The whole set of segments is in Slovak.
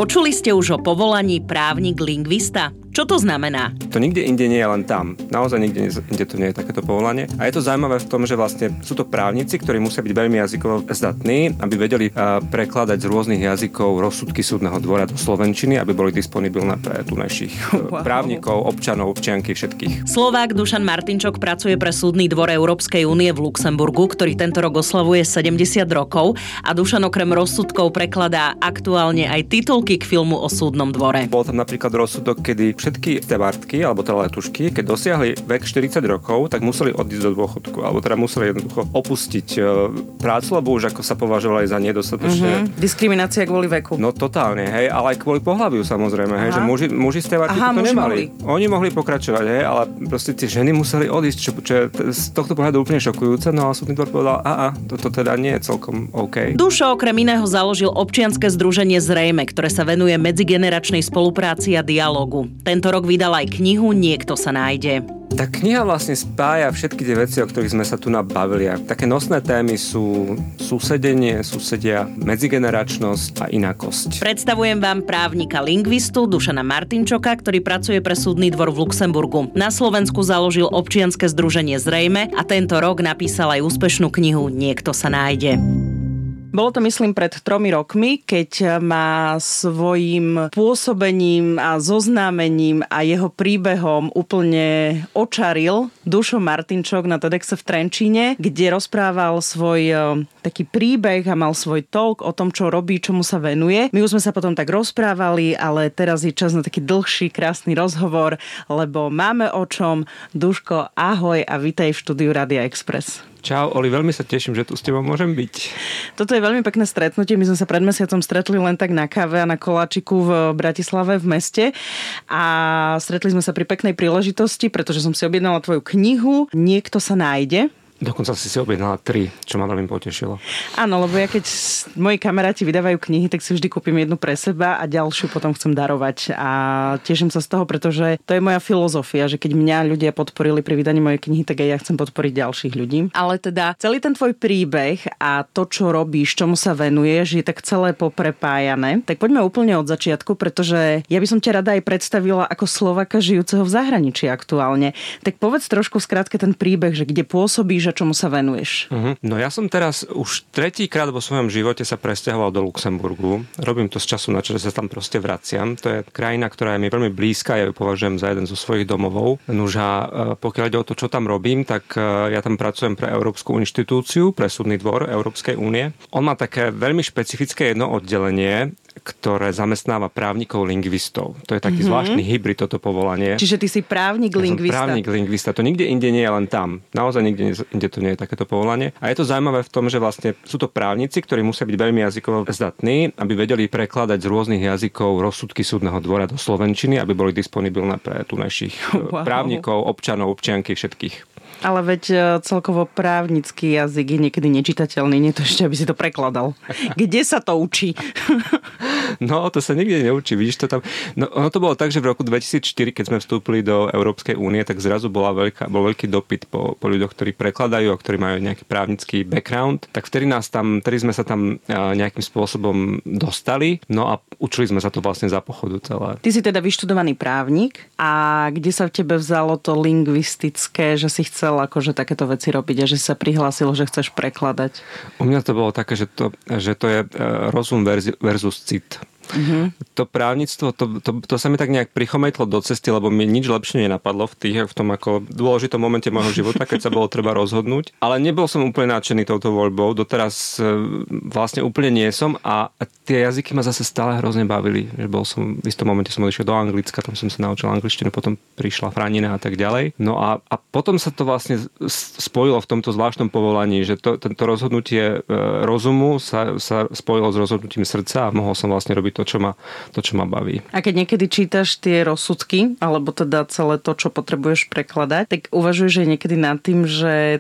Počuli ste už o povolaní právnik-lingvista? Čo to znamená? To nikde inde nie je len tam. Naozaj nikde inde to nie je takéto povolanie. A je to zaujímavé v tom, že vlastne sú to právnici, ktorí musia byť veľmi jazykovo zdatní, aby vedeli prekladať z rôznych jazykov rozsudky súdneho dvora do slovenčiny, aby boli disponibilné pre tunajších právnikov, občanov, občianky, všetkých. Slovák Dušan Martinčok pracuje pre Súdny dvor Európskej únie v Luxemburgu, ktorý tento rok oslavuje 70 rokov, a Dušan okrem rozsudkov prekladá aktuálne aj titulky k filmu o súdnom dvore. Bol tam napríklad rozsudok, kedy všetky stevartky, alebo teda letušky, keď dosiahli vek 40 rokov, tak museli odísť do dôchodku, alebo teda museli jednoducho opustiť prácu, lebo už ako sa považovali za nedostatočne. Diskriminácia kvôli veku. No totálne, hej, ale aj kvôli pohľaviu samozrejme, hej, že muži stevarky to nemali. Oni mohli pokračovať, hej, ale proste tie ženy museli odísť, čo je z tohto pohľadu úplne šokujúce, no a súdny dvor povedal, toto teda nie je celkom OK. Dušo okrem iného založil občianske združenie Zrejme, ktoré sa venuje medzigeneračnej spolupráci a dialógu. Tento rok vydal aj knihu Niekto sa nájde. Tá kniha vlastne spája všetky tie veci, o ktorých sme sa tu nabavili. A také nosné témy sú susedenie, susedia, medzigeneračnosť a inakosť. Predstavujem vám právnika lingvistu Dušana Martinčoka, ktorý pracuje pre Súdny dvor v Luxemburgu. Na Slovensku založil občianske združenie Zrejme a tento rok napísal aj úspešnú knihu Niekto sa nájde. Bolo to, myslím, pred 3 rokmi, keď ma svojím pôsobením a zoznámením a jeho príbehom úplne očaril Dušo Martinčok na TEDxe v Trenčíne, kde rozprával svoj taký príbeh a mal svoj talk o tom, čo robí, čomu sa venuje. My už sme sa potom tak rozprávali, ale teraz je čas na taký dlhší, krásny rozhovor, lebo máme o čom. Duško, ahoj a vítaj v štúdiu Rádia Express. Čau, Oli, veľmi sa teším, že tu s tebou môžem byť. Toto je veľmi pekné stretnutie. My sme sa pred mesiacom stretli len tak na káve a na koláčiku v Bratislave v meste a stretli sme sa pri peknej príležitosti, pretože som si objednala tvoju knihu Niekto sa nájde. Dokonca si objednala 3, čo ma veľmi potešilo. Áno, lebo ja keď moji kamaráti vydávajú knihy, tak si vždy kúpim jednu pre seba a ďalšiu potom chcem darovať. A teším sa z toho, pretože to je moja filozofia, že keď mňa ľudia podporili pri vydaní mojej knihy, tak aj ja chcem podporiť ďalších ľudí. Ale teda celý ten tvoj príbeh a to, čo robíš, čomu sa venuješ, je tak celé poprepájané. Tak poďme úplne od začiatku, pretože ja by som ťa rada aj predstavila ako Slováka žijúceho v zahraničí aktuálne. Tak povedz trošku skrátke ten príbeh, že kde pôsobíš a čomu sa venuješ. No ja som teraz už 3-krát vo svojom živote sa presťahoval do Luxemburgu. Robím to z času na čas, že sa tam proste vraciam. To je krajina, ktorá je mi veľmi blízka, ja ju považujem za jeden zo svojich domovov. Nuž a pokiaľ ide o to, čo tam robím, tak ja tam pracujem pre Európsku inštitúciu, pre Súdny dvor Európskej únie. On má také veľmi špecifické jedno oddelenie, ktoré zamestnáva právnikov lingvistov. To je taký zvláštny hybrid, toto povolanie. Čiže ty si právnik-lingvista. Ja som právnik-lingvista. To nikde inde nie je len tam. Naozaj nikde inde to nie je takéto povolanie. A je to zaujímavé v tom, že vlastne sú to právnici, ktorí musia byť veľmi jazykovo zdatní, aby vedeli prekladať z rôznych jazykov rozsudky súdneho dvora do slovenčiny, aby boli disponibilné pre tunajších právnikov, občanov, občianky, všetkých. Ale veď celkovo právnický jazyk je niekedy nečitateľný, nie to ešte, aby si to prekladal. Kde sa to učí? No, to sa nikde neučí, vidíš to tam. No, ono to bolo tak, že v roku 2004, keď sme vstúpili do Európskej únie, tak zrazu bol veľký dopyt po ľuďoch, ktorí prekladajú a ktorí majú nejaký právnický background. Tak vtedy sme sa tam nejakým spôsobom dostali, no a učili sme sa to vlastne za pochodu celé. Ty si teda vyštudovaný právnik a kde sa v tebe vzalo to lingvistické, že si chcel akože takéto veci robiť a že sa prihlásil, že chceš prekladať? U mňa to bolo také, že to je rozum versus cit. To právnictvo, to sa mi tak nejak prichometlo do cesty, lebo mi nič lepšie nenapadlo v tom ako dôležitom momente môjho života, keď sa bolo treba rozhodnúť. Ale nebol som úplne nadšený touto voľbou, doteraz vlastne úplne nie som a tie jazyky ma zase stále hrozne bavili. V istom momente som odišiel do Anglicka, tam som sa naučil angličtinu, potom prišla franina a tak ďalej. No a potom sa to vlastne spojilo v tomto zvláštnom povolaní, že tento rozhodnutie rozumu sa spojilo s rozhodnutím srdca a mohol som vlastne robiť to, čo ma baví. A keď niekedy čítaš tie rozsudky, alebo teda celé to, čo potrebuješ prekladať, tak uvažuješ aj niekedy nad tým, že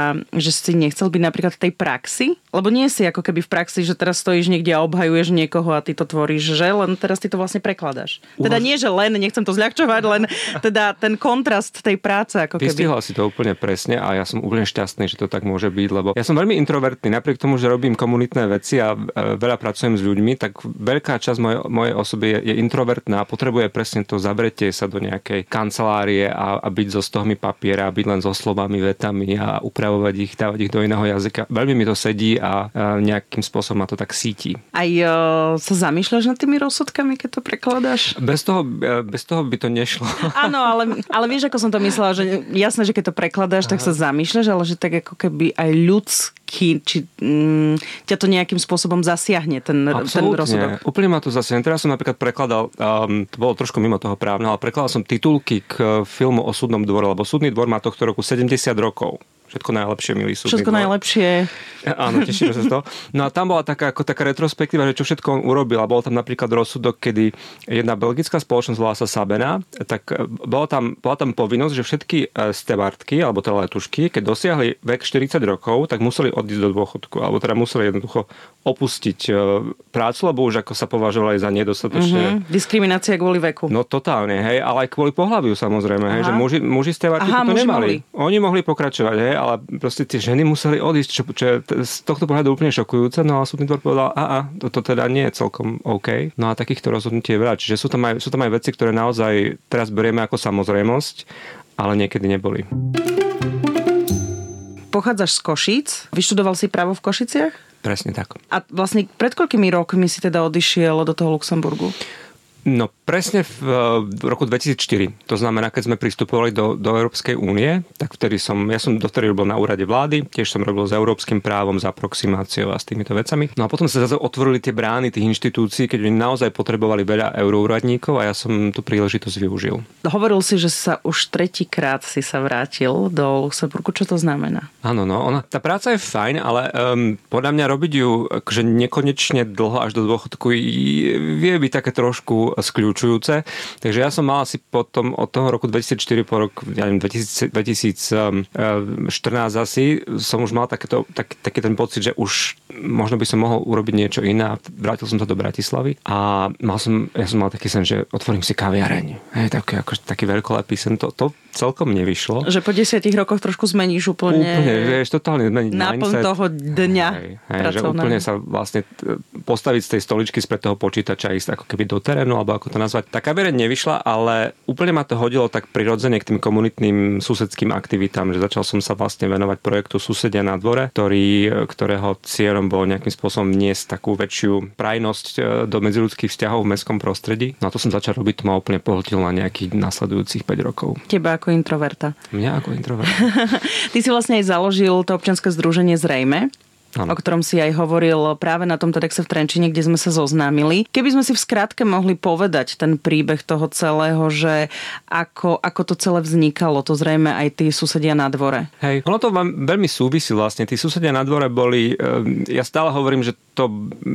si nechcel byť napríklad v tej praxi? Lebo nie si ako keby v praxi, že teraz stojíš niekde a obhajuješ niekoho a ty to tvoríš, že len teraz ty to vlastne prekladáš. Teda nie, že len, nechcem to zľahčovať, len teda ten kontrast tej práce ako keby. Vystihla si to úplne presne a ja som úplne šťastný, že to tak môže byť, lebo ja som veľmi introvertný, napriek tomu, že robím komunitné veci a veľa pracujem s ľuďmi, tak veľká časť mojej osoby je introvertná a potrebuje presne to zavretie sa do nejakej kancelárie a byť so stohmi papiera, byť len so slovami, vetami a upravovať ich, dávať ich do iného jazyka. Veľmi mi to sedí a nejakým spôsobom ma to tak síti. Aj sa zamýšľaš nad tými rozsudkami, keď to prekladáš? Bez toho by to nešlo. Áno, ale vieš, ako som to myslela, že jasné, že keď to prekladáš, tak sa zamýšľaš, ale že tak ako keby aj ľudský, či ťa to nejakým spôsobom zasiahne, ten rozsudok. Úplne ma to zasiahne. Teraz som napríklad prekladal, to bolo trošku mimo toho právneho, ale prekladal som titulky k filmu o súdnom dvore, lebo súdny dvor má tohto roku 70 rokov. Všetko najlepšie, milý súdny Všetko dvor. Najlepšie. Áno, tešíme sa z toho. No a tam bola taká retrospektíva, že čo všetko on urobil. A bol tam napríklad rozsudok, kedy jedna belgická spoločnosť volala sa Sabena, tak bola tam povinnosť, že všetky stevardky, alebo teda letušky, keď dosiahli vek 40 rokov, tak museli odísť do dôchodku. Alebo teda museli jednoducho opustiť prácu, lebo už ako sa považovali za nedostatočne. Diskriminácia kvôli veku. No totálne, hej, ale aj kvôli pohľaviu samozrejme, hej, že muži stevardky to nemali. Oni mohli pokračovať, hej, ale proste tie ženy museli odísť, čo je z tohto pohľadu úplne šokujúce, no a súdny dvor povedal, to teda nie je celkom OK. No a takýchto rozhodnutí je veľa. Čiže sú tam aj veci, ktoré naozaj teraz berieme ako samozrejmosť, ale niekedy neboli. Pochádzaš z Košíc, vyštudoval si právo v Košiciach? Presne tak. A vlastne pred koľkými rokmi si teda odišiel do toho Luxemburgu? No presne v roku 2004. To znamená, keď sme pristupovali do Európskej únie, tak vtedy ja som dovtedy robil na úrade vlády, tiež som robil s európskym právom, s aproximáciou a s týmito vecami. No a potom sa zase otvorili tie brány tých inštitúcií, keď oni naozaj potrebovali veľa euroúradníkov a ja som tú príležitosť využil. Hovoril si, že sa už tretíkrát si sa vrátil do Luxemburgu. Čo to znamená? Áno, tá práca je fajn, ale podľa mňa robiť ju akože nekonečne dlho až do dôchodku vie byť také trošku skľúčujúce. Takže ja som mal asi potom od toho roku 2004 po rok 2014 asi som už mal taký ten pocit, že už možno by som mohol urobiť niečo iné. Vrátil som sa do Bratislavy a ja som mal taký sen, že otvorím si kaviareň. Taký veľkolepý sen. To celkom nevyšlo. Že po 10 rokoch trošku zmeníš úplne vieš, totálne zmeniť náplň mindset toho dňa že úplne sa vlastne postaviť z tej stoličky spred toho počítača ísť ako keby do terénu, alebo ako to nazvať. Tá kaviareň nevyšla, ale úplne ma to hodilo tak prirodzene k tým komunitným susedským aktivitám, že začal som sa vlastne venovať projektu Susedia na dvore, ktorého cieľom bolo nejakým spôsobom vniesť takú väčšiu prajnosť do medziľudských vzťahov v mestskom prostredí. No a to som začal robiť, to ma úplne pohltilo na nejakých nasledujúcich 5 rokov. Teba ako introverta. Mňa ako introverta. Ty si vlastne aj založil to občianske združenie Zrejme. Ano. O ktorom si aj hovoril práve na tom TEDxe v Trenčine, kde sme sa zoznámili. Keby sme si v skratke mohli povedať ten príbeh toho celého, že ako to celé vznikalo, to zrejme aj tí susedia na dvore. Hej, ono to veľmi súvisí vlastne. Tí susedia na dvore boli, ja stále hovorím, že to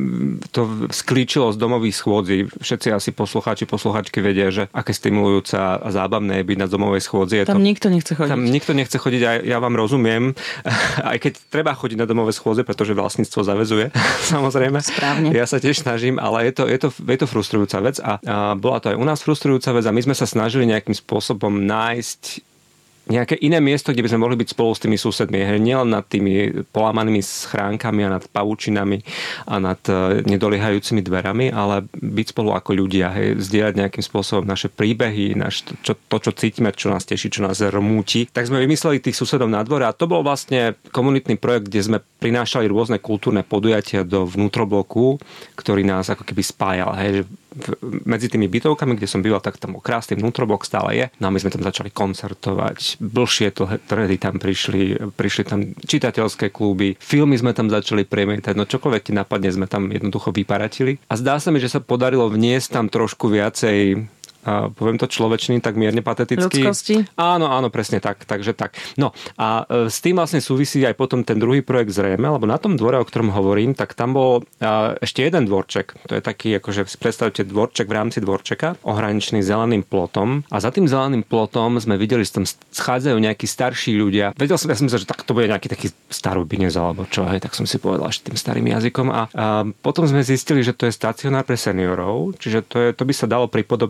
sklíčilo z domových schôdzí. Všetci asi poslucháčky vedia, že aké stimulujúce a zábavné je byť na domovej schôdzi. Tam nikto nechce chodiť. Tam nikto nechce chodiť a ja vám rozumiem. Aj keď treba chodiť na domové schôdze, pretože vlastníctvo zaväzuje, samozrejme. Správne. Ja sa tiež snažím, ale je to frustrujúca vec a bola to aj u nás frustrujúca vec a my sme sa snažili nejakým spôsobom nájsť nejaké iné miesto, kde by sme mohli byť spolu s tými susedmi. Nielen nad tými polámanými schránkami a nad pavučinami a nad nedoliehajúcimi dverami, ale byť spolu ako ľudia. Zdieľať nejakým spôsobom naše príbehy, to, čo cítime, čo nás teší, čo nás rmúti. Tak sme vymysleli tých susedov na dvore a to bol vlastne komunitný projekt, kde sme prinášali rôzne kultúrne podujatia do vnútrobloku, ktorý nás ako keby spájal. Medzi tými bytovkami, kde som býval, tak tam krásny vnútroblok stále je. No a my sme tam začali koncertovať. Blšie tredy tam prišli tam čitateľské kluby, filmy sme tam začali premietať, no čokoľvek ti napadne, sme tam jednoducho vyparatili. A zdá sa mi, že sa podarilo vniesť tam trošku viacej poviem to človečný, tak mierne pateticky. Ľudskosti? Áno, presne tak. Takže tak. No a s tým vlastne súvisí aj potom ten druhý projekt Zrejme, lebo na tom dvore, o ktorom hovorím, tak tam bol ešte jeden dvorček. To je taký, akože si predstavte dvorček v rámci dvorčeka, ohraničený zeleným plotom. A za tým zeleným plotom sme videli, že tam schádzajú nejakí starší ľudia. Ja som myslel, že tak to bude nejaký taký starobinec alebo čo, tak som si povedal až tým starým jazykom. A potom sme zistili, že to je stacionár pre seniorov, čiže to by sa dalo pripodobniť ako keby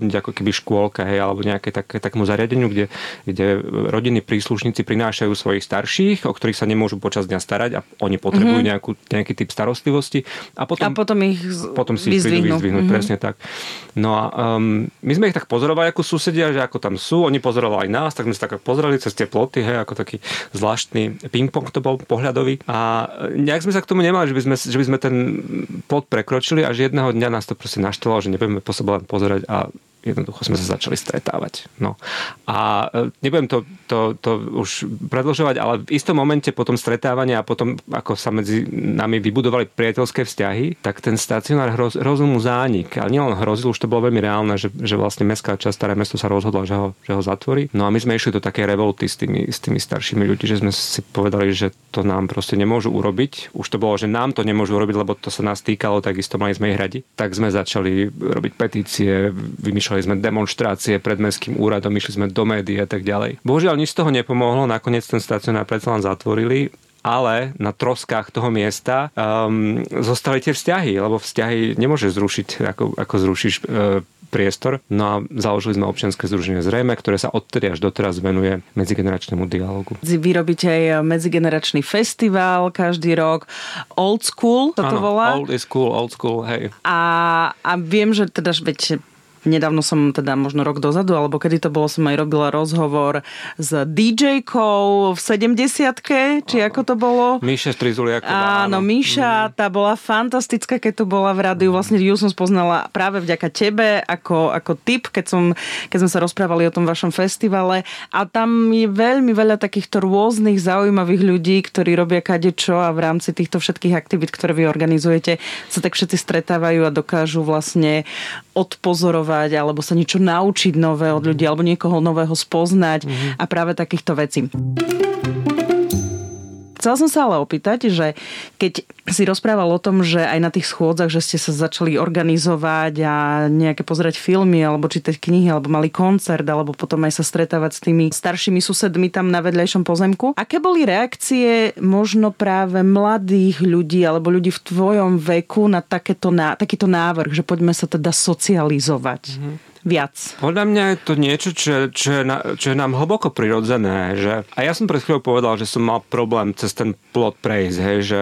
keby škôlka, hej, alebo nejaké takému zariadeniu, kde rodinní príslušníci prinášajú svojich starších, o ktorých sa nemôžu počas dňa starať a oni potrebujú nejaký typ starostlivosti a potom si ich prídu vyzdvihnúť, presne tak. No a my sme ich tak pozorovali ako susedia, že ako tam sú, oni pozorovali nás, tak sme sa tak pozerali cez tie ploty, hej, ako taký zvláštny ping-pong to bol pohľadový a nejak sme sa k tomu nemali, že by sme ten plot prekročili, až jedného dňa nás to proste naštvalo, že nebudeme po sebe len pozerať a jednoducho sme sa začali stretávať. No. A nebudem to už predĺžovať, ale v istom momente po tom stretávaní a potom, ako sa medzi nami vybudovali priateľské vzťahy, tak ten stacionár hrozil mu zánik. Ale nielen hrozil, už to bolo veľmi reálne, že vlastne mestská časť Staré mesto sa rozhodla, že ho zatvorí. No a my sme išli do takej revolty s tými staršími ľuďmi, že sme si povedali, že to nám proste nemôžu urobiť. Už to bolo, že nám to nemôžu urobiť, lebo to sa nás týkalo, takisto mali sme ich radi. Tak sme začali robiť petície, vymýšľali sme demonštrácie pred mestským úradom, išli sme do médií a tak ďalej. Bohužiaľ nič z toho nepomohlo, nakoniec ten stacionár predsa len zatvorili, ale na troskách toho miesta zostali tie vzťahy, lebo vzťahy nemôžeš zrušiť, ako zrušíš priestor. No a založili sme občianske združenie Zrejme, ktoré sa odtedy až doteraz venuje medzigeneračnému dialógu. Vy robíte aj medzigeneračný festival každý rok. Old School, to volá? Old is cool, old school, hej. A viem, že teda nedávno som teda možno rok dozadu, alebo kedy to bolo, som aj robila rozhovor s DJ-kou v 70-ke, či ako to bolo? Míša Strizuliaková. Áno, Míša, tá bola fantastická, keď to bola v rádiu. Vlastne ju som spoznala práve vďaka tebe ako tip, keď sme sa rozprávali o tom vašom festivale. A tam je veľmi veľa takýchto rôznych zaujímavých ľudí, ktorí robia kadečo a v rámci týchto všetkých aktivít, ktoré vy organizujete, sa tak všetci stretávajú a dokážu vlastne odpozorovať alebo sa niečo naučiť nové od ľudí alebo niekoho nového spoznať a práve takýchto vecí. Chcela som sa ale opýtať, že keď si rozprával o tom, že aj na tých schôdzach, že ste sa začali organizovať a nejaké pozerať filmy alebo čítať knihy, alebo mali koncert, alebo potom aj sa stretávať s tými staršími susedmi tam na vedľajšom pozemku. Aké boli reakcie možno práve mladých ľudí alebo ľudí v tvojom veku na takýto návrh, že poďme sa teda socializovať? Viac. Podľa mňa je to niečo, čo je nám hlboko prirodzené. Že... A ja som pred chvíľou povedal, že som mal problém cez ten plot prejsť, hej, že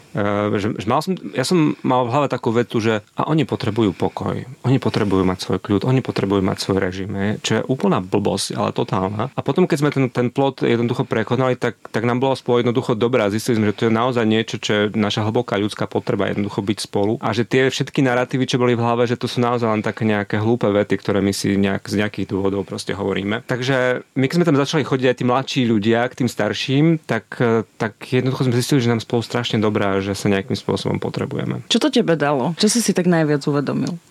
ja som mal v hlave takú vetu, že a oni potrebujú pokoj, oni potrebujú mať svoj kľud, oni potrebujú mať svoj režim, čo je úplná blbosť, ale totálna. A potom, keď sme ten plot jednoducho prekonali, tak nám bolo spolu jednoducho dobré a zistili sme, že to je naozaj niečo, čo je naša hlboká ľudská potreba jednoducho byť spolu a že tie všetky naratívy, čo boli v hlave, že to sú naozaj len také nejaké hlúpe vety, ktoré my si z nejakých dôvodov proste hovoríme. Takže my keď sme tam začali chodiť aj tí mladší ľudia k tým starším, tak jednoducho sme zistili, že nám spolu strašne dobrá, že sa nejakým spôsobom potrebujeme. Čo to tebe dalo? Čo si tak najviac uvedomil?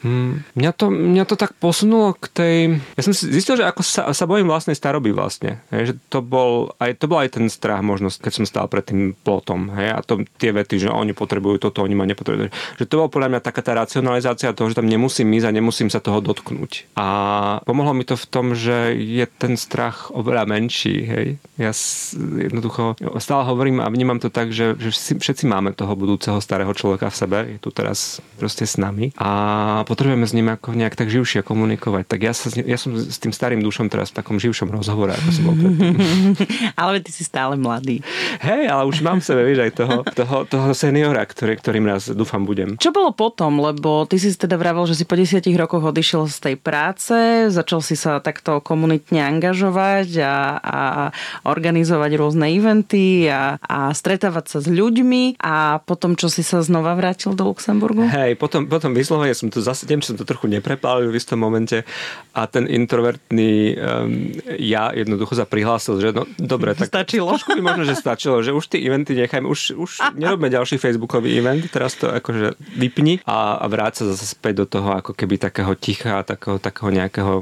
Mňa to tak posunulo k tej... Ja som si zistil, že ako sa bojím vlastnej staroby vlastne. Hej, že to bol aj ten strach možno, keď som stál pred tým plotom. Hej, a tie vety, že oni potrebujú toto, oni ma nepotrebujú. Že to bol podľa mňa taká tá racionalizácia toho, že tam nemusím ísť a nemusím sa toho dotknúť. A pomohlo mi to v tom, že je ten strach oveľa menší. Hej. Ja jednoducho stále hovorím a vnímam to tak, že všetci máme toho budúceho starého človeka v sebe, je tu teraz proste s nami a potrebujeme s ním ako nejak tak živšie komunikovať. Tak ja som s tým starým dušom teraz v takom živšom rozhovore, ako som bol predtým. Ale ty si stále mladý. Hej, ale už mám v sebe, vieš, aj toho seniora, ktorým raz dúfam budem. Čo bolo potom? Lebo ty si teda vravel, že si po 10 rokoch odišiel z tej práce, začal si sa takto komunitne angažovať a organizovať rôzne eventy a stretávať sa s ľuďmi a potom, čo si sa znova vrátil do Luxemburgu? Hej, potom vyslovene som to zase, neviem, či som to trochu neprepálil v istom momente a ten introvertný ja jednoducho sa prihlásil, že no dobre, tak stačilo. Trošku by možno, že stačilo, že už tie eventy nechajme, už nerobme ďalší facebookový event, teraz to akože vypni a vráť sa zase späť do toho ako keby takého ticha, takého nejakého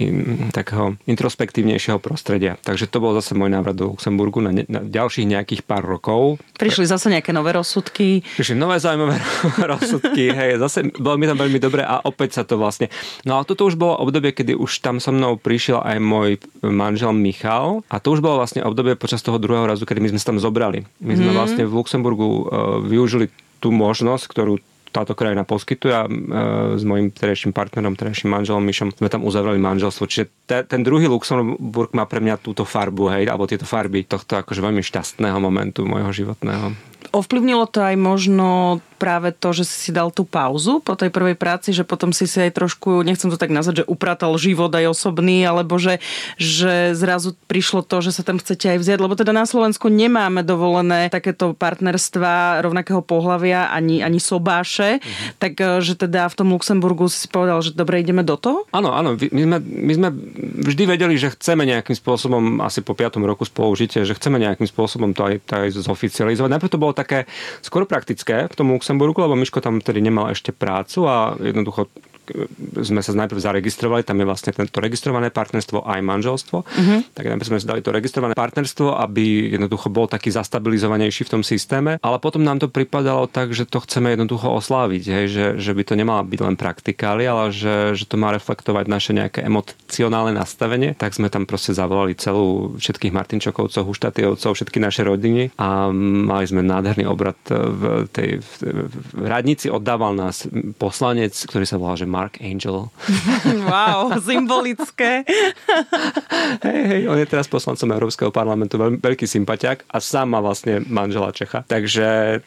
takého introspektívnejšieho prostredia. Takže to bol zase môj návrat do Luxemburgu na ďalších nejakých pár rokov. Prišli zase nejaké nové rozsudky. Prišli nové zaujímavé rozsudky, hej, zase bolo mi tam veľmi dobre a opäť sa to vlastne... No ale toto už bolo obdobie, kedy už tam so mnou prišiel aj môj manžel Michal a to už bolo vlastne obdobie počas toho druhého razu, kedy my sme sa tam zobrali. My sme vlastne v Luxemburgu využili tú možnosť, ktorú táto krajina poskytuje a s mojím terajším partnerom, terajším manželom Mišom sme tam uzavreli manželstvo. Čiže ten druhý Luxemburg má pre mňa túto farbu, hej, alebo tieto farby tohto akože veľmi šťastného momentu môjho životného. Ovplyvnilo to aj možno práve to, že si dal tú pauzu po tej prvej práci, že potom si aj trošku, nechcem to tak nazvať, že upratal život aj osobný, alebo že zrazu prišlo to, že sa tam chcete aj vziať, lebo teda na Slovensku nemáme dovolené takéto partnerstva rovnakého pohlavia ani sobáše, takže teda v tom Luxemburgu si povedal, že dobre, ideme do toho? Áno, my sme vždy vedeli, že chceme nejakým spôsobom, asi po 5. roku spolužitia, že chceme nejakým spôsobom to aj zoficializovať. Najprv to bolo také skôr praktické v tom Luxemburgu, lebo Miško tam tedy nemal ešte prácu a jednoducho sme sa najprv zaregistrovali, tam je vlastne to registrované partnerstvo aj manželstvo. Tak najprv sme si dali to registrované partnerstvo, aby jednoducho bol taký zastabilizovanejší v tom systéme, ale potom nám to pripadalo tak, že to chceme jednoducho osláviť, hej, že by to nemala byť len praktikáli, ale že to má reflektovať naše nejaké emocionálne nastavenie. Tak sme tam proste zavolali všetkých Martinčokovcov, Huštatijovcov, všetky naše rodiny a mali sme nádherný obrad v radnici. Oddával nás poslanec, ktorý sa volal, že Mark Angel. Wow, symbolické. Hej, on je teraz poslancom Európskeho parlamentu, veľký sympatiák a sám má vlastne manžela Čecha. Takže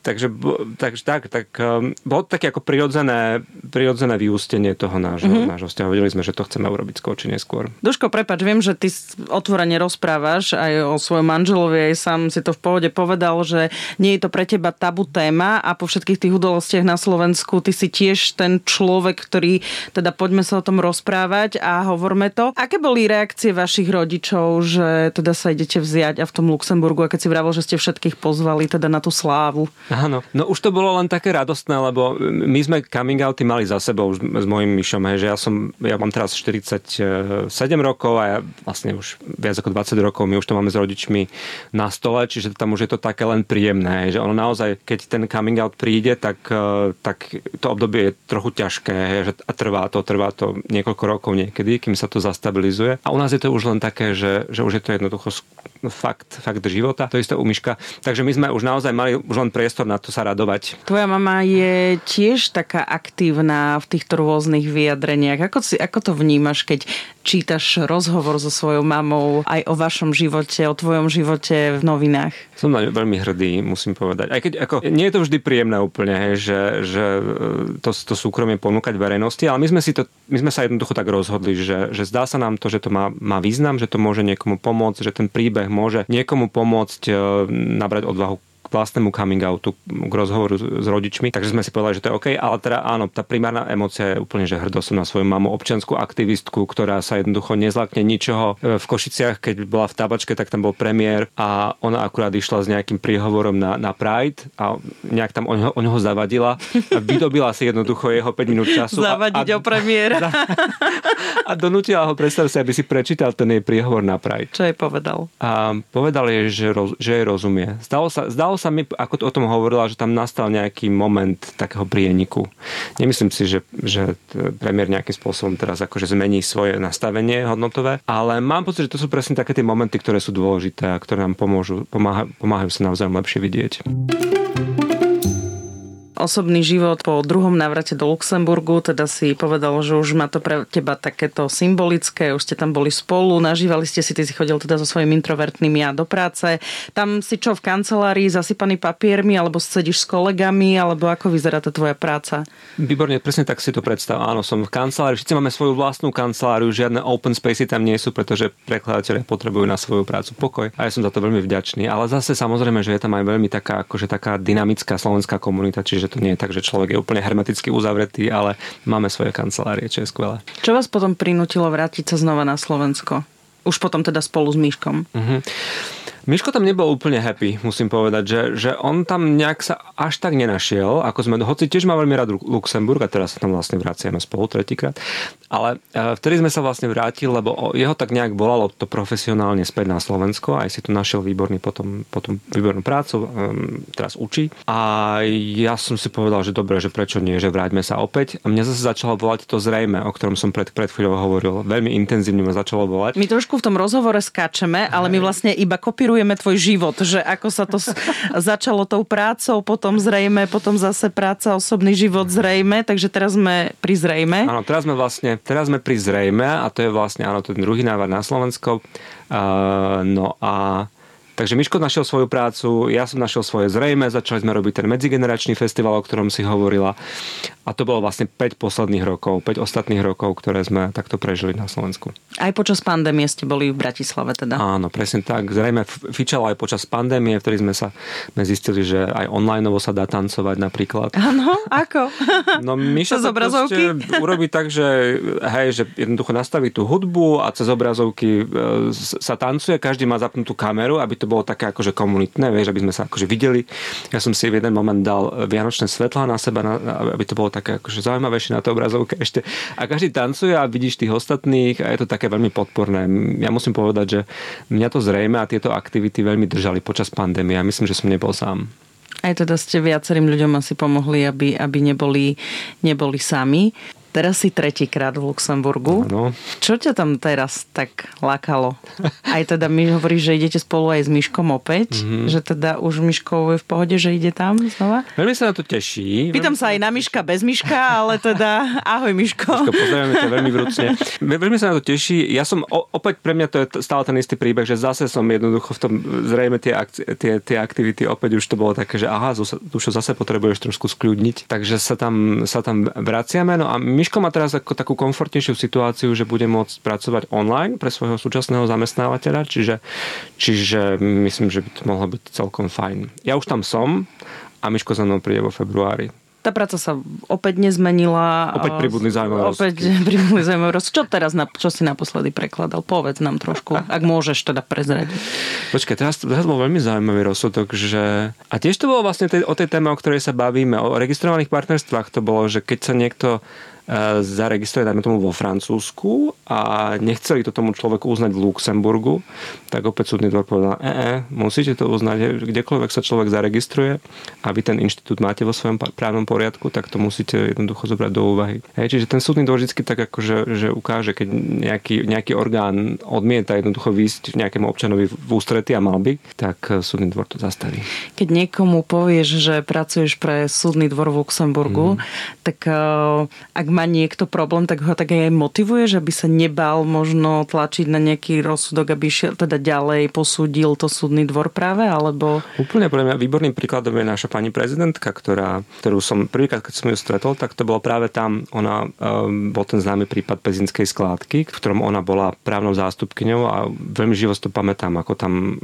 bolo to také ako prirodzené vyústenie toho nášho vzťahu. Vedeli sme, že to chceme urobiť skôr či neskôr. Duško, prepáč, viem, že ty otvorene rozprávaš aj o svojom manželovi, aj sám si to v pohode povedal, že nie je to pre teba tabu téma a po všetkých tých udalostiach na Slovensku ty si tiež ten človek, ktorý teda poďme sa o tom rozprávať a hovorme to. Aké boli reakcie vašich rodičov, že teda sa idete vziať a v tom Luxemburgu, a keď si vravel, že ste všetkých pozvali teda na tú slávu? Áno, no už to bolo len také radostné, lebo my sme coming outy mali za sebou s mojím Mišom, hej, že ja mám teraz 47 rokov a ja vlastne už viac ako 20 rokov, my už to máme s rodičmi na stole, čiže tam už je to také len príjemné, hej, že ono naozaj, keď ten coming out príde, tak to obdobie je trochu ťažké, hej, a trvá to niekoľko rokov niekedy, kým sa to zastabilizuje. A u nás je to už len také, že už je to jednoducho fakt života. To isté u Miška. Takže my sme už naozaj mali už len priestor na to sa radovať. Tvoja mama je tiež taká aktívna v týchto rôznych vyjadreniach. Ako to vnímaš, keď čítaš rozhovor so svojou mamou aj o vašom živote, o tvojom živote v novinách? Som na ňu veľmi hrdý, musím povedať. Aj keď nie je to vždy príjemné úplne, hej, že to súkromie ponúkať verejnosti, ale my sme sa jednoducho tak rozhodli, že zdá sa nám to, že to má význam, že to môže niekomu pomôcť, že ten príbeh môže niekomu pomôcť nabrať odvahu k vlastnému coming outu, k rozhovoru s rodičmi. Takže sme si povedali, že to je OK, ale teda áno, tá primárna emócia je úplne, že hrdosť na svoju mamu, občiansku aktivistku, ktorá sa jednoducho nezlakne ničoho. V Košiciach, keď bola v Tabačke, tak tam bol premiér a ona akurát išla s nejakým príhovorom na Pride a nejak tam o ňoho zavadila a vydobila si jednoducho jeho 5 minút času. Zavadiť o premiéra. A donútila ho, predstav si, aby si prečítal ten jej príhovor na Pride. Čo jej povedal? A povedal jej, že jej rozumie. Zdalo sa mi, ako o tom hovorila, že tam nastal nejaký moment takého prieniku. Nemyslím si, že premiér nejakým spôsobom teraz akože zmení svoje nastavenie hodnotové, ale mám pocit, že to sú presne také tie momenty, ktoré sú dôležité a ktoré nám pomáhajú sa navzájom lepšie vidieť. Osobný život po druhom návrate do Luxemburgu, teda si povedal, že už má to pre teba takéto symbolické, už ste tam boli spolu, nažívali ste si, ty si chodil teda so svojím introvertným ja do práce. Tam si čo, v kancelárii zasypaný papiermi, alebo sedíš s kolegami, alebo ako vyzerá tá tvoja práca? Výborne, presne tak si to predstav. Áno, som v kancelárii, všetci máme svoju vlastnú kanceláriu, žiadne open spacey tam nie sú, pretože prekladatelia potrebujú na svoju prácu pokoj a ja som za to veľmi vďačný. Ale zase samozrejme, že je tam aj veľmi taká dynamická slovenská komunita, čiže to nie je tak, že človek je úplne hermeticky uzavretý, ale máme svoje kancelárie, čo je skvelé. Čo vás potom prinútilo vrátiť sa znova na Slovensko? Už potom teda spolu s Miškom. Miško tam nebol úplne happy, musím povedať, že on tam nejak sa až tak nenašiel, ako sme, hoci tiež má veľmi rád Luxemburg a teraz sa tam vlastne vraciame spolu tretíkrát, ale vtedy sme sa vlastne vrátili, lebo jeho tak nejak volalo to profesionálne späť na Slovensko, aj si tu našiel potom výbornú prácu, teraz učí a ja som si povedal, že dobre, že prečo nie, že vráťme sa opäť a mňa zase začalo volať to Zrejme, o ktorom som pred chvíľou hovoril, veľmi intenzívne ma začalo volať. My trošku v tom rozhovore skáčeme, ale my vlastne iba kopírujeme smerujeme tvoj život, že ako sa to začalo tou prácou, potom zrejme, potom zase práca, osobný život zrejme, takže teraz sme pri zrejme. Áno, teraz sme pri zrejme a to je vlastne, áno, ten druhý návrat na Slovensko. Takže Miško našiel svoju prácu, ja som našiel svoje zrejme, začali sme robiť ten medzigeneračný festival, o ktorom si hovorila. A to bolo vlastne 5 ostatných rokov, ktoré sme takto prežili na Slovensku. Aj počas pandémie ste boli v Bratislave teda? Áno, presne tak. Zrejme fičalo aj počas pandémie, v ktorej sme zistili, že aj onlineovo sa dá tancovať napríklad. Áno, ako? No Miša cez obrazovky? Urobí tak, že jednoducho nastaví tú hudbu a cez obrazovky sa tancuje, každý má zapnutú kameru, aby to bolo také akože komunitné, vieš, aby sme sa akože videli. Ja som si v jeden moment dal vianočné svetlá na seba, aby to bolo také akože zaujímavejšie na tej obrazovke ešte. A každý tancuje a vidíš tých ostatných a je to také veľmi podporné. Ja musím povedať, že mňa to zrejme a tieto aktivity veľmi držali počas pandémie a myslím, že som nebol sám. Aj teda ste viacerým ľuďom asi pomohli, aby neboli sami. Teraz si 3-krát v Luxemburgu. Áno. Čo ťa tam teraz tak lákalo? Aj teda mi hovoríš, že idete spolu aj s Miškom opäť, že teda už Miško je v pohode, že ide tam znova? Veľmi sa na to teší. Pýtam sa aj na Miška bez Miška, ale teda ahoj Miško. Miško, pozdravujeme ťa veľmi vrúcne. Veľmi sa na to teší. Ja som opäť, pre mňa to je stále ten istý príbeh, že zase som jednoducho v tom zrejme tie aktivity opäť už to bolo také, že aha, Dušo, zase potrebuješ trošku skľudniť. Takže sa tam vraciame. No a Miško má teraz ako takú komfortnejšiu situáciu, že bude môcť pracovať online pre svojho súčasného zamestnávateľa, čiže myslím, že by to mohlo byť celkom fajn. Ja už tam som a Miško za mnou príde vo februári. Tá práca sa opäť nezmenila. Opäť pribudli zaujímavé rozsudky. Čo si naposledy prekladal? Povedz nám trošku, ak môžeš teda prezradiť. Počkaj, teraz bol veľmi zaujímavý rozsudok, že... A tiež to bolo vlastne o tej téme, o ktorej sa bavíme, o registrovaných partnerstvách. To bolo, že keď sa niekto zaregistruje, dajme tomu vo Francúzsku a nechceli to tomu človeku uznať v Luxemburgu, tak opäť súdny dvor povedal, musíte to uznať, kdekoľvek sa človek zaregistruje a vy ten inštitút máte vo svojom právnom poriadku, tak to musíte jednoducho zobrať do úvahy. Čiže ten súdny dvor vždy tak akože že ukáže, keď nejaký orgán odmieta jednoducho výjsť nejakému občanovi v ústrety a mal by, tak súdny dvor to zastaví. Keď niekomu povieš, že pracuješ pre súdny dvor v Luxemburgu, tak ak má niekto problém, tak ho tak aj motivuješ, aby sa nebal možno tlačiť na nejaký rozsudok, aby šiel teda ďalej posúdil to súdny dvor práve, alebo... Úplne pre mňa výborným príkladom je naša pani prezidentka, ktorú som prvýkrát, keď som ju stretol, tak to bolo práve tam, bol ten známy prípad Pezinskej skládky, v ktorom ona bola právnou zástupkyňou a veľmi živo to pamätám, ako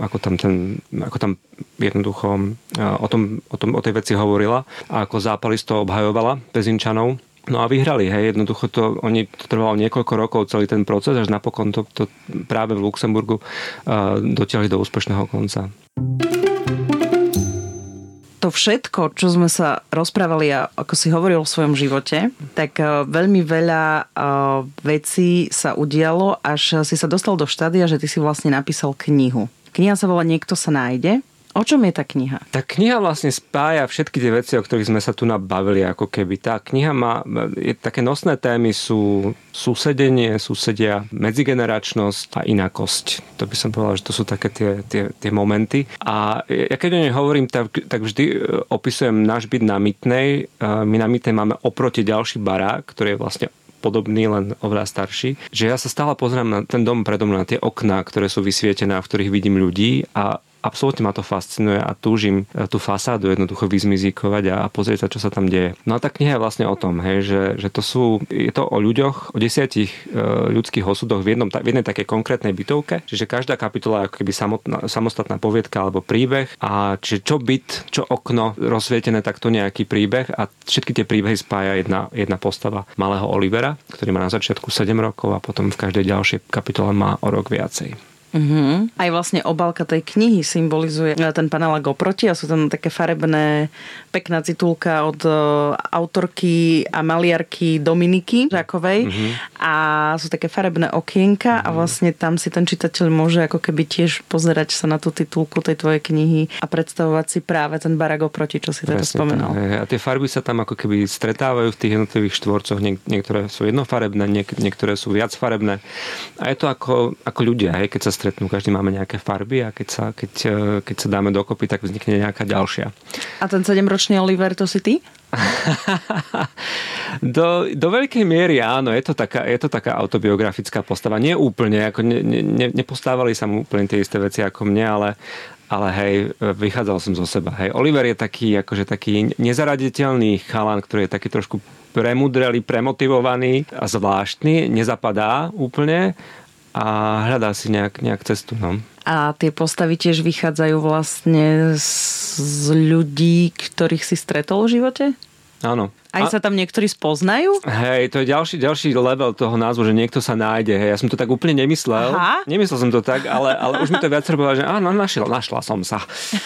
tam jednoducho o tej veci hovorila a ako zápalisto obhajovala Pezinčanov. No a vyhrali, jednoducho to trvalo niekoľko rokov celý ten proces, až napokon to práve v Luxemburgu dotiahli do úspešného konca. To všetko, čo sme sa rozprávali a ako si hovoril o svojom živote, tak veľmi veľa vecí sa udialo, až si sa dostal do štádia, že ty si vlastne napísal knihu. Kniha sa volá Niekto sa nájde. O čom je tá kniha? Tá kniha vlastne spája všetky tie veci, o ktorých sme sa tu nabavili, ako keby. Tá kniha také nosné témy sú susedenie, susedia, medzigeneračnosť a inakosť. To by som povedal, že to sú také tie momenty. A ja keď o nej hovorím, tak vždy opisujem náš byt na Mytnej. My na Mytnej máme oproti ďalší barák, ktorý je vlastne podobný, len oveľa starší. Že ja sa stále pozerám na ten dom predo mnou, na tie okná, ktoré sú vysvietené a v ktorých vidím ľudí a absolútne ma to fascinuje a túžim tú fasádu jednoducho vyzmizíkovať a pozrieť sa, čo sa tam deje. No a tá kniha je vlastne o tom, že je to o ľuďoch, o 10 ľudských osudoch v jednej takej konkrétnej bytovke, čiže každá kapitola je ako keby samostatná poviedka alebo príbeh a čiže čo byt, čo okno rozsvietené, tak to nejaký príbeh a všetky tie príbehy spája jedna postava malého Olivera, ktorý má na začiatku 7 rokov a potom v každej ďalšej kapitole má o rok viacej. Uh-huh. Aj vlastne obálka tej knihy symbolizuje ten panelák oproti a sú tam také farebné, pekná titulka od autorky a maliarky Dominiky Žákovej a sú také farebné okienka a vlastne tam si ten čitateľ môže ako keby tiež pozerať sa na tú titulku tej tvojej knihy a predstavovať si práve ten barák oproti, čo si teda spomenal. A tie farby sa tam ako keby stretávajú v tých jednotlivých štvorcoch. Niektoré sú jednofarebné, niektoré sú viacfarebné. A je to ako ľudia, keď sa stretnú. Každý máme nejaké farby a keď sa dáme dokopy, tak vznikne nejaká ďalšia. A ten 7-ročný Oliver, to si ty? Do veľkej miery áno, je to taká autobiografická postava. Nie úplne, ako nepostávali sa mu úplne tie isté veci ako mne, ale hej, vychádzal som zo seba. Hej, Oliver je taký nezaraditeľný chalan, ktorý je taký trošku premudrelý, premotivovaný a zvláštny, nezapadá úplne a hľadá si nejak cestu. No. A tie postavy tiež vychádzajú vlastne z ľudí, ktorých si stretol v živote? Áno. Aj sa tam niektorí spoznajú? Hej, to je ďalší level toho názvu, že niekto sa nájde. Hej, ja som to tak úplne nemyslel. Aha. Nemyslel som to tak, ale už mi to viacero povedal, že áno, našla som sa.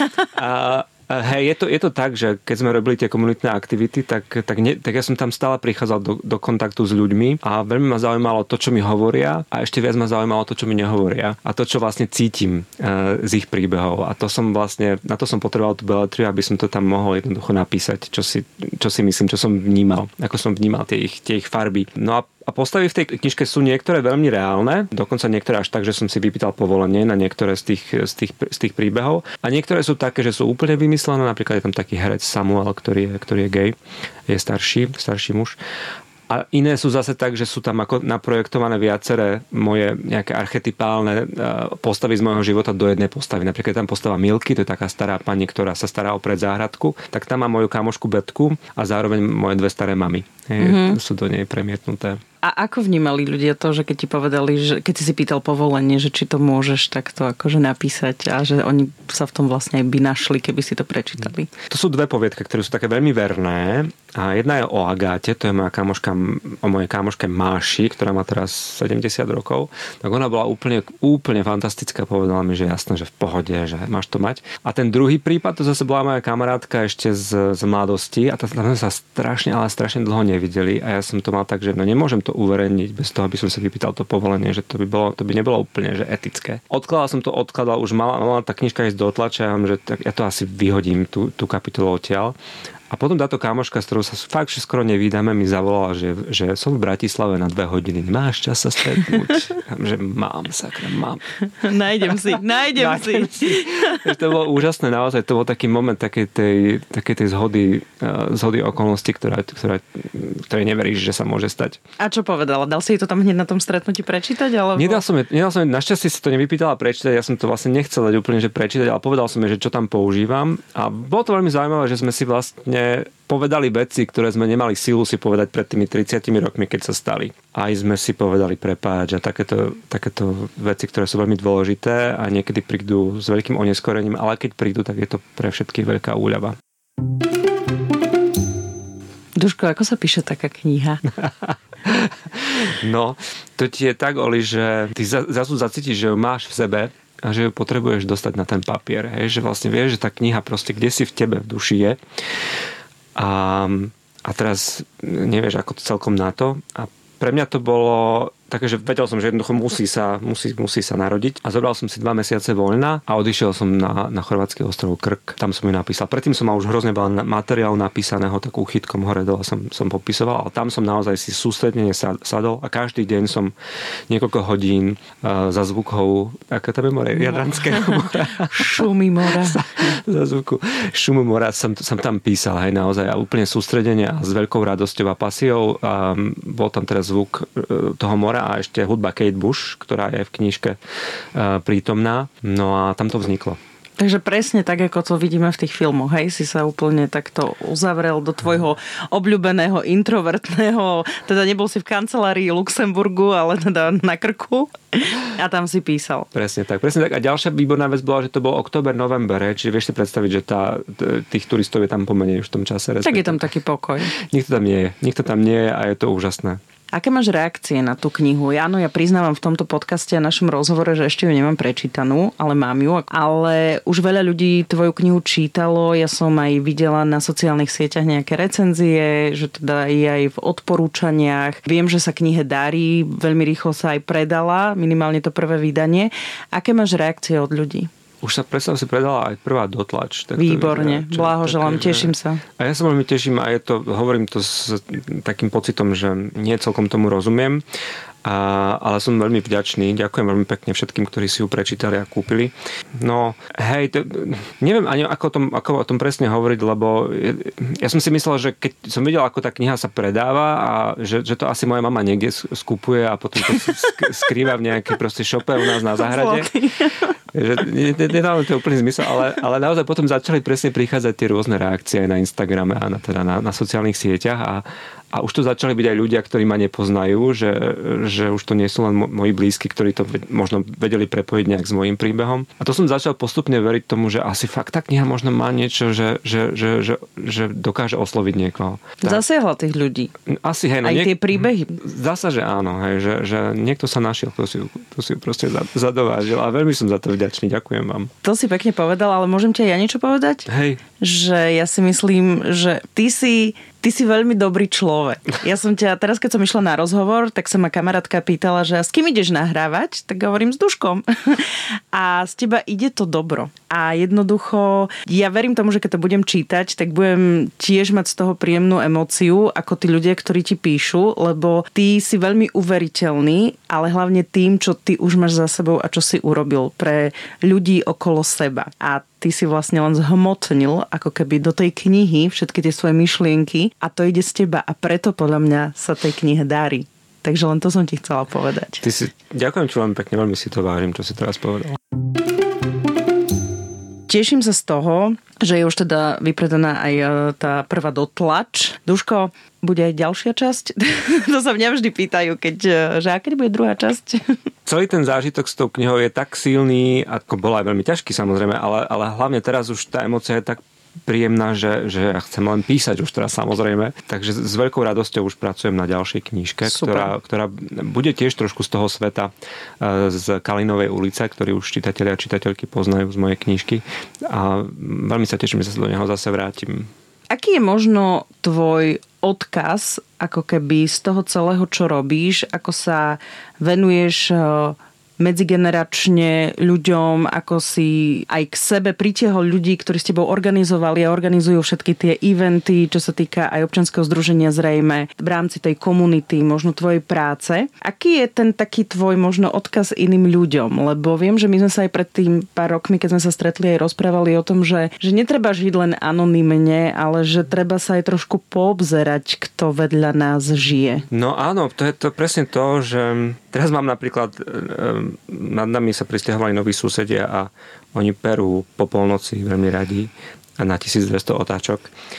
Hej, je to tak, že keď sme robili tie komunitné aktivity, tak ja som tam stále prichádzal do kontaktu s ľuďmi a veľmi ma zaujímalo to, čo mi hovoria a ešte viac ma zaujímalo to, čo mi nehovoria a to, čo vlastne cítim z ich príbehov. A to som vlastne, na to som potreboval tú beletriu, aby som to tam mohol jednoducho napísať, čo si myslím, čo som vnímal, ako som vnímal tie ich farby. No a postavy v tej knižke sú niektoré veľmi reálne, dokonca niektoré až tak, že som si vypýtal povolenie na niektoré z tých príbehov. A niektoré sú také, že sú úplne vymyslené. Napríklad je tam taký herec Samuel, ktorý je gay, je starší muž. A iné sú zase tak, že sú tam ako naprojektované viaceré moje nejaké archetypálne postavy z môjho života do jednej postavy. Napríklad tam postava Milky, to je taká stará pani, ktorá sa stará o predzáhradku. Tak tam má moju kamošku Betku a zároveň moje dve staré mamy. Sú do nej premietnuté. A ako vnímali ľudia to, že keď ti povedali, že keď si pýtal povolenie, že či to môžeš takto akože napísať a že oni sa v tom vlastne aj by našli, keby si to prečítali? To sú dve poviedky, ktoré sú také veľmi verné. A jedna je o Agáte, to je o mojej kamoške Máši, ktorá má teraz 70 rokov. Tak ona bola úplne fantastická, povedala mi, že jasné, že v pohode, že máš to mať. A ten druhý prípad, to zase bola moja kamarátka ešte z mladosti a tam sme sa strašne dlho nevideli a ja som to mal tak, že no nemôžem to uverejniť bez toho, aby som si vypýtal to povolenie, že to by nebolo úplne že etické. Odkladal, už mala tá knižka ísť do tlače, že ja to asi vyhodím, tú kapitolu odtiaľ. A potom táto kamoška, s ktorou sa fakt, že skoro nevídame, mi zavolala, že som v Bratislave na 2 hodiny. Máš čas sa stretnúť? Že mám. Nájdem si. To bolo úžasné, naozaj. To bol taký moment takej tej zhody okolností, ktorej neveríš, že sa môže stať. A čo povedala? Dal si jej to tam hneď na tom stretnutí prečítať? Alebo... Nedal som, našťastie si to nevypýtala prečítať, ja som to vlastne nechcel dať úplne, že prečítať, ale povedal som jej, že čo tam používam. A bolo to veľmi zaujímavé, že sme si vlastne povedali veci, ktoré sme nemali silu si povedať pred tými 30 rokmi, keď sa stali. Aj sme si povedali prepáč a takéto veci, ktoré sú veľmi dôležité a niekedy prídu s veľkým oneskorením, ale keď prídu, tak je to pre všetkých veľká úľava. Duško, ako sa píše taká kniha? No, to ti je tak, Oli, že ty zrazu zacítiš, že ju máš v sebe a že ju potrebuješ dostať na ten papier. Hej? Že vlastne vieš, že tá kniha proste kde si v tebe v duši je. A teraz nevieš, ako to celkom na to. A pre mňa to bolo také, že vedel som, že jednoducho musí sa narodiť. A zobral som si 2 mesiace voľna a odišiel som na chorvátsky ostrov Krk. Tam som ju napísal. Predtým som mal už hrozne veľa materiálu napísaného, tak úchytkom hore dole som popisoval, ale tam som naozaj si sústredne sadol a každý deň som niekoľko hodín za zvukou, aké tam je more? Jadranského mora. Šumy mora. Za zvuku šumu mora som tam písal, hej, naozaj a úplne sústredene a s veľkou radosťou a pasiou. Bol tam teraz zvuk toho mora a ešte hudba Kate Bush, ktorá je v knižke prítomná. No a tam to vzniklo. Takže presne tak, ako to vidíme v tých filmoch, hej? Si sa úplne takto uzavrel do tvojho obľúbeného introvertného, teda nebol si v kancelárii Luxemburgu, ale teda na Krku a tam si písal. Presne tak. A ďalšia výborná vec bola, že to bol október, november, čiže vieš si predstaviť, že tých turistov je tam pomenej už v tom čase. Tak je tam taký pokoj. Nikto tam nie je a je to úžasné. Aké máš reakcie na tú knihu? Áno, ja priznávam v tomto podcaste a našom rozhovore, že ešte ju nemám prečítanú, ale mám ju. Ale už veľa ľudí tvoju knihu čítalo, ja som aj videla na sociálnych sieťach nejaké recenzie, že teda je aj v odporúčaniach. Viem, že sa knihe darí, veľmi rýchlo sa aj predala, minimálne to prvé vydanie. Aké máš reakcie od ľudí? už sa predstav si predala aj prvá dotlač. Výborne, blahoželám, teším sa. A ja sa veľmi teším a hovorím to s takým pocitom, že nie celkom tomu rozumiem. Ale som veľmi vďačný. Ďakujem veľmi pekne všetkým, ktorí si ju prečítali a kúpili. No, hej, neviem ani ako o tom presne hovoriť, lebo ja som si myslel, že keď som videl, ako tá kniha sa predáva a že to asi moja mama niekde skupuje a potom to skrýva v nejakej proste šope u nás na záhrade. Nedávam to úplný zmysel, ale naozaj potom začali presne prichádzať tie rôzne reakcie na Instagrame a na sociálnych sieťach a už tu začali byť aj ľudia, ktorí ma nepoznajú, že už to nie sú len moji blízky, ktorí to možno vedeli prepojiť nejak s mojím príbehom. A to som začal postupne veriť tomu, že asi fakt tá kniha možno má niečo, že dokáže osloviť niekoho. Zasiahla tých ľudí. Asi, hej. No, aj tie príbehy. Zdá sa, že áno, hej, že niekto sa našiel, kto si ju proste zadovážil a veľmi som za to vďačný. Ďakujem vám. To si pekne povedal, ale môžem ti aj ja niečo povedať? Hej. Že ja si myslím, že ty si veľmi dobrý človek. Ja som ťa, teraz keď som išla na rozhovor, tak sa ma kamarátka pýtala, že s kým ideš nahrávať? Tak hovorím s Duškom. A z teba ide to dobro. A jednoducho, ja verím tomu, že keď to budem čítať, tak budem tiež mať z toho príjemnú emóciu, ako tí ľudia, ktorí ti píšu, lebo ty si veľmi uveriteľný, ale hlavne tým, čo ty už máš za sebou a čo si urobil pre ľudí okolo seba. A ty si vlastne len zhmotnil ako keby do tej knihy všetky tie svoje myšlienky a to ide z teba a preto podľa mňa sa tej knihe darí. Takže len to som ti chcela povedať. Ďakujem ti veľmi pekne, veľmi si to vážim, čo si teraz povedal. Teším sa z toho, že je už teda vypredaná aj tá prvá dotlač. Duško, bude aj ďalšia časť? To sa mňa vždy pýtajú, že a keď bude druhá časť? Celý ten zážitok s tou knihou je tak silný, ako bol aj veľmi ťažký samozrejme, ale hlavne teraz už tá emócia je tak príjemná, že ja chcem len písať už teraz samozrejme. Takže s veľkou radosťou už pracujem na ďalšej knižke, ktorá bude tiež trošku z toho sveta z Kalinovej ulice, ktorý už čitatelia a čitateľky poznajú z mojej knižky. A veľmi sa teším, že sa do neho zase vrátim. Aký je možno tvoj odkaz, ako keby z toho celého, čo robíš, ako sa venuješ medzigeneračne ľuďom, ako si aj k sebe pritiahol ľudí, ktorí s tebou organizovali a organizujú všetky tie eventy, čo sa týka aj občianskeho združenia Zrejme v rámci tej komunity, možno tvojej práce. Aký je ten taký tvoj možno odkaz iným ľuďom? Lebo viem, že my sme sa aj pred tým pár rokmi, keď sme sa stretli, aj rozprávali o tom, že netreba žiť len anonymne, ale že treba sa aj trošku poobzerať, kto vedľa nás žije. No áno, to je to presne to, že teraz mám napríklad nad nami sa prisťahovali noví susedia a oni perú po polnoci veľmi radi na 1200 otáčok.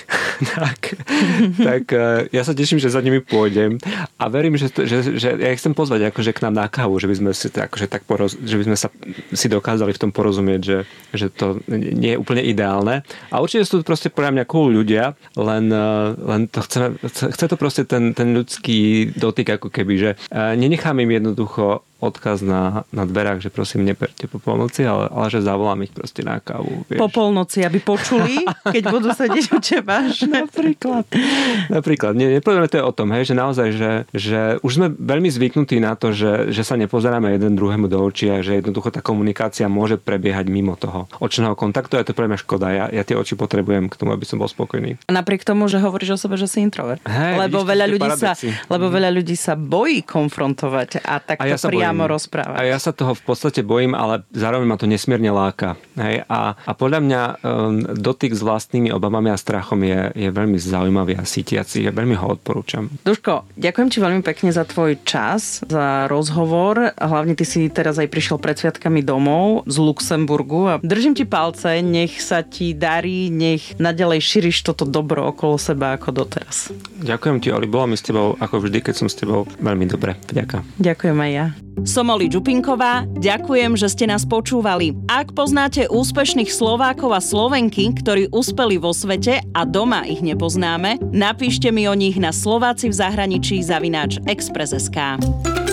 tak ja sa teším, že za nimi pôjdem a verím, že ja ich chcem pozvať akože k nám na kávu, že by sme si akože že by sme sa si dokázali v tom porozumieť, že to nie je úplne ideálne. A určite sú to proste podľa mňa cool ľudia, len to chce to proste ten ľudský dotyk ako keby, že nenechám im jednoducho odkaz na dverách, že prosím, neperte po polnoci, ale že zavolám ich proste na kávu. Vieš. Po polnoci, aby počuli, keď budú sedieť u teba. Napríklad. Nepovedme to je o tom, hej, že naozaj, že už sme veľmi zvyknutí na to, že sa nepozeráme jeden druhému do očí a že jednoducho tá komunikácia môže prebiehať mimo toho očného kontaktu a to je pre mňa škoda. Ja tie oči potrebujem k tomu, aby som bol spokojný. A napriek tomu, že hovoríš o sebe, že si introvert. Hej, lebo veľa ľudí sa bojí konfrontovať a takto priamo rozprávať. A ja sa toho v podstate bojím, ale zároveň ma to nesmierne láka. Hej? A podľa mňa dotyk s vlastnými obavami a strachom je veľmi zaujímavý a sítiaci. Ja veľmi ho odporúčam. Duško, ďakujem ti veľmi pekne za tvoj čas, za rozhovor. Hlavne ty si teraz aj prišiel pred sviatkami domov z Luxemburgu a držím ti palce, nech sa ti darí, nech naďalej šíriš toto dobro okolo seba ako doteraz. Ďakujem ti, Oli. Bolo mi s tebou, ako vždy, keď som s tebou, veľmi dobre. Ďakujem. Ďakujem aj ja. Som Oli Čupinková, ďakujem, že ste nás počúvali. Ak poznáte úspešných Slovákov a Slovenky, ktorí uspeli vo svete a doma ich nepoznáme, napíšte mi o nich na Slováci v zahraničí @express.sk.